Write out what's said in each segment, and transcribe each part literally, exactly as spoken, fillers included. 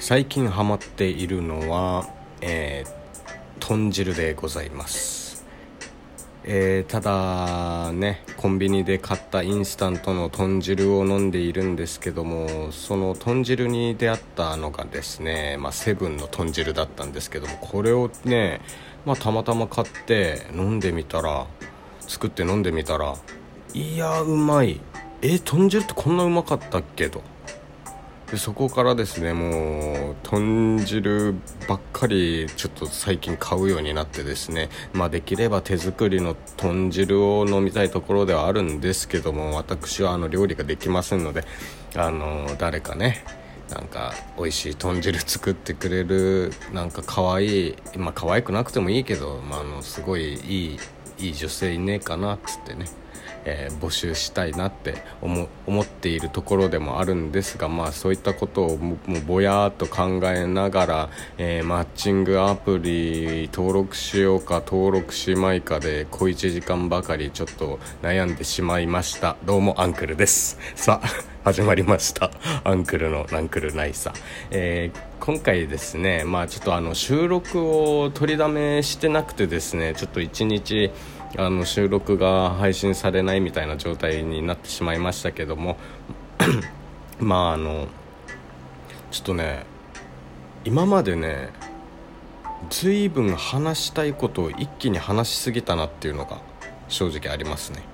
最近ハマっているのは、えー、豚汁でございます。えー、ただね、コンビニで買ったインスタントの豚汁を飲んでいるんですけども、その豚汁に出会ったのがですね、まあ、セブンの豚汁だったんですけども、これをね、まあ、たまたま買って飲んでみたら作って飲んでみたらいやうまい。え豚汁ってこんなうまかったっけと。でそこからですね、もう豚汁ばっかりちょっと最近買うようになってですね、まあできれば手作りの豚汁を飲みたいところではあるんですけども、私はあの料理ができませんので、あの誰かね、なんか美味しい豚汁作ってくれる、なんか可愛い、まあ可愛くなくてもいいけど、まあ、あのすごいいいいい女性いねえかなっつってね、えー、募集したいなって思、思っているところでもあるんですが、まあそういったことをもうぼやーっと考えながら、えー、マッチングアプリ登録しようか登録しまいかで小いちじかんばかりちょっと悩んでしまいました。どうもアンクルです。さあ始まりましたアンクルのランクルナイサ、えー、今回ですね、まあちょっとあの収録を取りだめしてなくてですね、ちょっと一日あの収録が配信されないみたいな状態になってしまいましたけどもまああのちょっとね、今までねずいぶん話したいことを一気に話しすぎたなっていうのが正直ありますね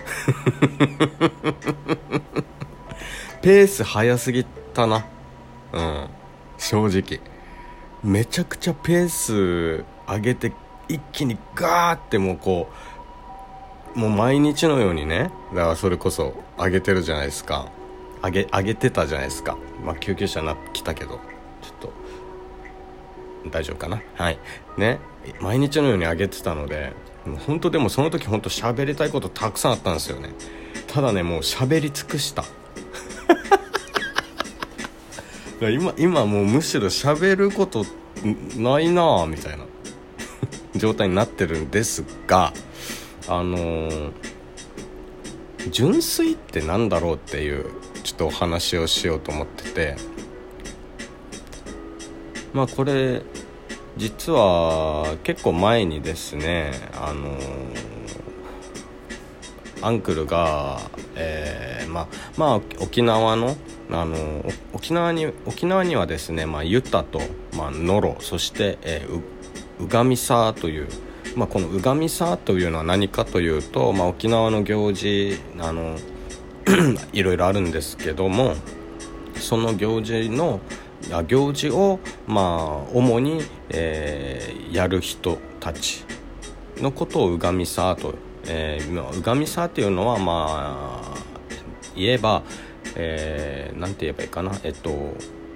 ペース早すぎたな。うん正直めちゃくちゃペース上げて一気にガーってもうこうもう毎日のようにね、だからそれこそ上げてるじゃないですか。上げ上げてたじゃないですか。まあ救急車な来たけどちょっと大丈夫かな。はいね、毎日のように上げてたので、もう本当でもその時本当喋りたいことたくさんあったんですよね。ただねもう喋り尽くした今今もうむしろ喋ることないなみたいな状態になってるんですが、あのー、純粋ってなんだろうっていうちょっとお話をしようと思ってて、まあこれ実は結構前にですね、あのー、アンクルが、えー、まあまあ沖縄のあのー、沖縄に沖縄にはですね、まあ、ユタと、まあ、ノロ、そして、えー、うがみさという、まあ、このうがみさというのは何かというと、まあ、沖縄の行事あのいろいろあるんですけども、その行事の行事を、まあ、主に、えー、やる人たちのことをうがみさと、えー、うがみさというのは、まあ、言えば、えー、なんて言えばいいかな、えっと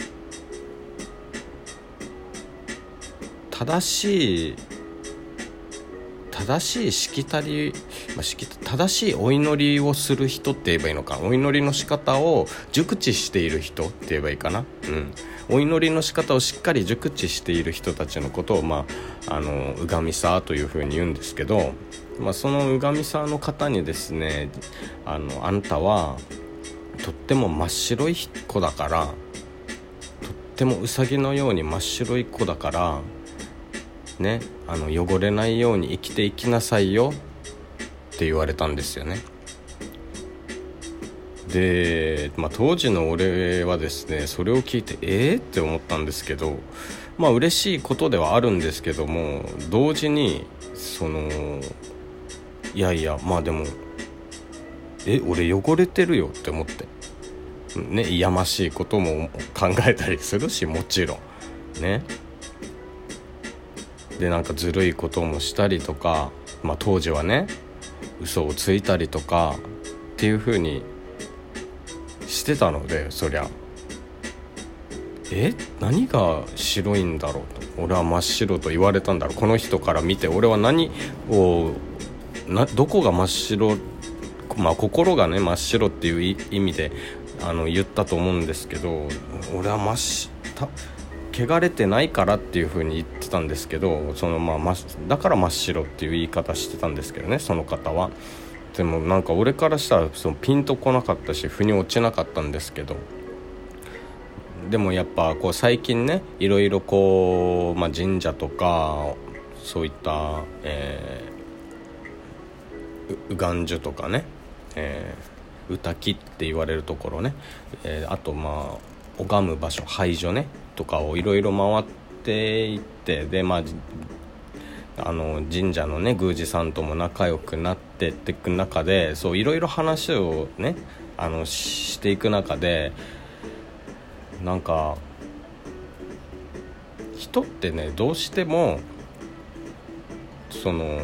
正しい正しいしきたり、まあ、しき正しいお祈りをする人って言えばいいのか、お祈りの仕方を熟知している人って言えばいいかな、うん、お祈りの仕方をしっかり熟知している人たちのことを、まあ、あのうがみさというふうに言うんですけど、まあ、そのうがみさの方にですね、あのあんたはとっても真っ白い子だから、とってもウサギのように真っ白い子だからね、あの汚れないように生きていきなさいよって言われたんですよね。で、まあ、当時の俺はですね、それを聞いてえーって思ったんですけど、まあ嬉しいことではあるんですけども、同時にそのいやいや、まあでもえ俺汚れてるよって思ってね、いやましいことも考えたりするし、もちろんね、でなんかずるいこともしたりとか、まあ当時はね嘘をついたりとかっていう風にしてたので、そりゃえ何が白いんだろうと、俺は真っ白と言われたんだろう、この人から見て俺は何をなどこが真っ白、まあ心がね真っ白っていう意味であの言ったと思うんですけど、俺は真っ白汚れてないからっていう風に言ってたんですけど、そのまあだから真っ白っていう言い方してたんですけどね、その方は。でもなんか俺からしたらそのピンとこなかったし腑に落ちなかったんですけど、 でもやっぱこう最近ねいろいろこう、まあ、神社とかそういった、えー、う願樹とかね、えー、歌木って言われるところね、えー、あとまあ拝む場所拝所ねとかをいろいろ回っていって、でまああの神社のね宮司さんとも仲良くなってっていく中で、そういろいろ話をねあのしていく中で、なんか人ってねどうしてもその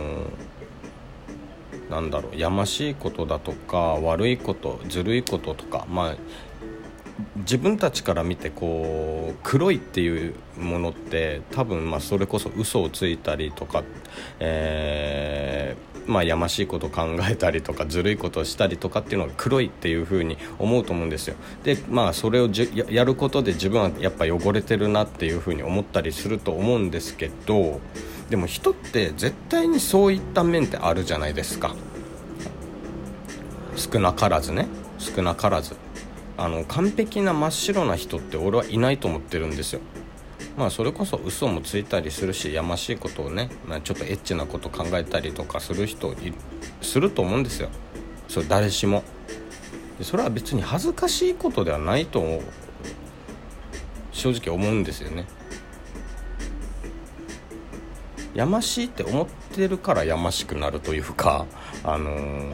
なんだろうやましいことだとか悪いことずるいこととか、まあ自分たちから見てこう黒いっていうものって多分まあそれこそ嘘をついたりとか、えーまあ、やましいことを考えたりとかずるいことをしたりとかっていうのが黒いっていう風に思うと思うんですよ。でまあそれをじゅ や, やることで自分はやっぱ汚れてるなっていう風に思ったりすると思うんですけど、でも人って絶対にそういった面ってあるじゃないですか。少なからずね少なからずあの完璧な真っ白な人って俺はいないと思ってるんですよ。まあそれこそ嘘もついたりするしやましいことをね、まあ、ちょっとエッチなこと考えたりとかする人いすると思うんですよ。それ誰しも。でそれは別に恥ずかしいことではないと正直思うんですよね。やましいって思ってるからやましくなるというか、あのー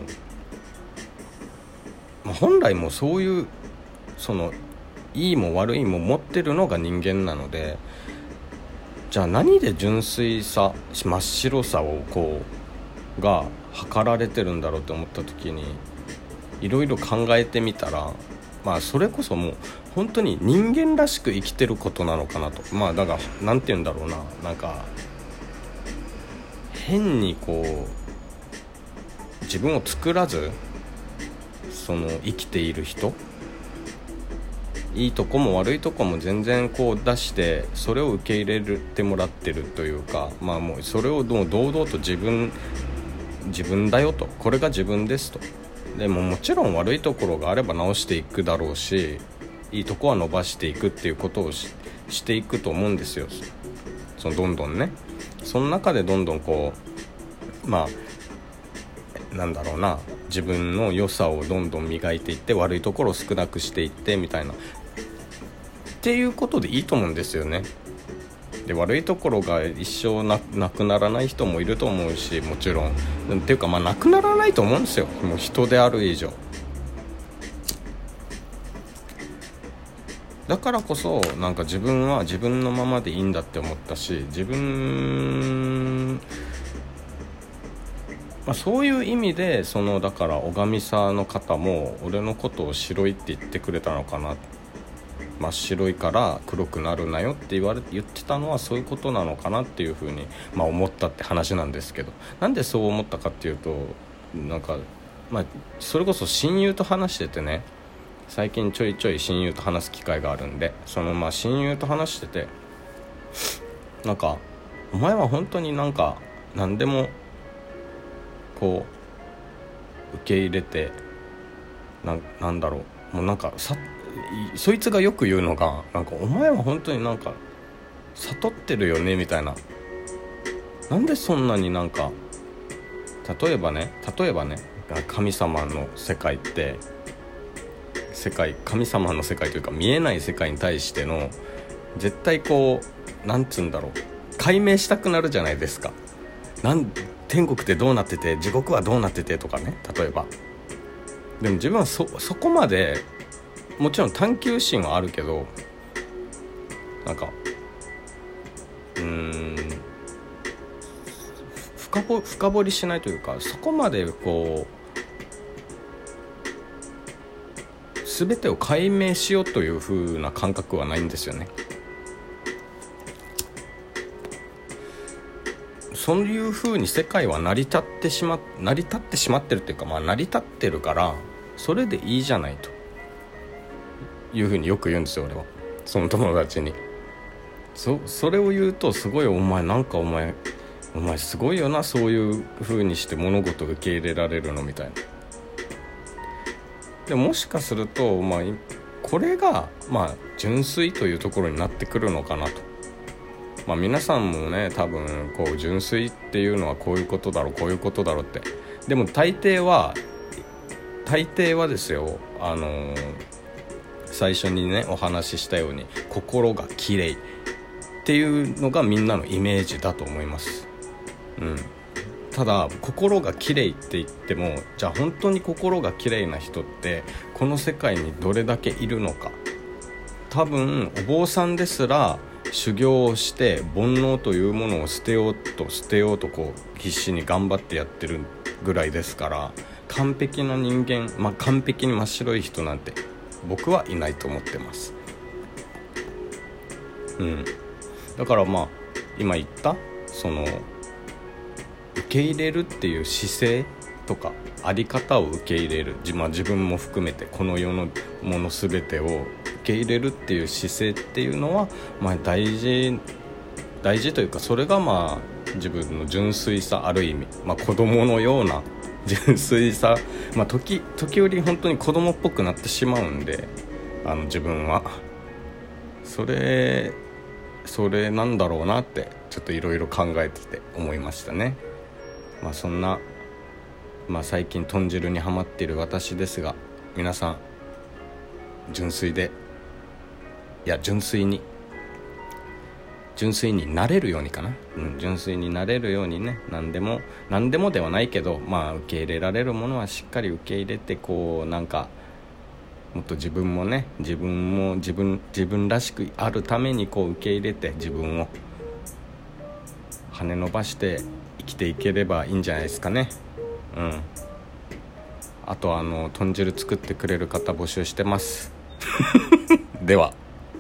まあ、本来もそういうそのいいも悪いも持ってるのが人間なので、じゃあ何で純粋さ真っ白さをこうが測られてるんだろうと思った時にいろいろ考えてみたら、まあそれこそもう本当に人間らしく生きてることなのかなと。まあだからなんて言うんだろうな、なんか変にこう自分を作らずその生きている人、いいとこも悪いとこも全然こう出してそれを受け入れてもらってるというか、まあもうそれをもう堂々と自分自分だよと、これが自分ですと。でももちろん悪いところがあれば直していくだろうし、いいとこは伸ばしていくっていうことを し, していくと思うんですよ。そのどんどんねその中でどんどんこうまあなんだろうな、自分の良さをどんどん磨いていって悪いところを少なくしていってみたいなっていうことでいいと思うんですよね。で悪いところが一生 な, なくならない人もいると思うし、もちろんっていうかまあなくならないと思うんですよ、もう人である以上。だからこそなんか自分は自分のままでいいんだって思ったし、自分、まあ、そういう意味でそのだから拝みさの方も俺のことを白いって言ってくれたのかな。真っ白いから黒くなるなよって言われ言ってたのはそういうことなのかなっていうふうに、まあ、思ったって話なんですけど、なんでそう思ったかっていうと、なんか、まあ、それこそ親友と話しててね、最近ちょいちょい親友と話す機会があるんで、そのまあ親友と話してて、なんかお前は本当になんか何でもこう受け入れて な, なんだろうもうなんかさそいつがよく言うのが、なんかお前は本当になんか悟ってるよねみたいな。なんでそんなになんか例えばね例えばね神様の世界って世界神様の世界というか見えない世界に対しての絶対こうなんつうんだろう解明したくなるじゃないですか。なん天国ってどうなってて地獄はどうなっててとかね、例えば。でも自分は そ, そこまでもちろん探求心はあるけど、なんかうーん深掘深掘りしないというか、そこまでこう全てを解明しようという風な感覚はないんですよね。そういう風に世界は成り立ってしま成り立ってしまってるっていうか、まあ成り立ってるからそれでいいじゃないという風によく言うんですよ、俺は。その友達に そ, それを言うと、すごいお前なんかお前お前すごいよな、そういう風にして物事を受け入れられるのみたいな。でももしかすると、まあ、 これがまあ純粋というところになってくるのかなと。まあ皆さんもね多分こう純粋っていうのはこういうことだろうこういうことだろうって、でも大抵は大抵はですよ、あのー、最初にねお話ししたように心が綺麗っていうのがみんなのイメージだと思います。うん。ただ心が綺麗って言っても、じゃあ本当に心が綺麗な人ってこの世界にどれだけいるのか。多分お坊さんですら修行をして煩悩というものを捨てようと捨てようとこう必死に頑張ってやってるぐらいですから、完璧な人間、まあ、完璧に真っ白い人なんて僕はいないと思ってます。うん。だからまあ今言ったその受け入れるっていう姿勢とかあり方を受け入れる、まあ、自分も含めてこの世のもの全てを受け入れるっていう姿勢っていうのは、まあ、大事大事というか、それがまあ自分の純粋さ、ある意味、まあ、子供のような純粋さ、まあ、時時折本当に子供っぽくなってしまうんで、あの自分はそれそれなんだろうなってちょっといろいろ考えてて思いましたね。まあそんな、まあ、最近豚汁にハマっている私ですが、皆さん純粋でいや純粋に純粋になれるようにかな、うん、純粋になれるようにね、何でも何でもではないけど、まあ受け入れられるものはしっかり受け入れて、こうなんかもっと自分もね自分も自分自分らしくあるためにこう受け入れて、自分を跳ね伸ばして生きていければいいんじゃないですかね。うん。あとあの豚汁作ってくれる方募集してますでは。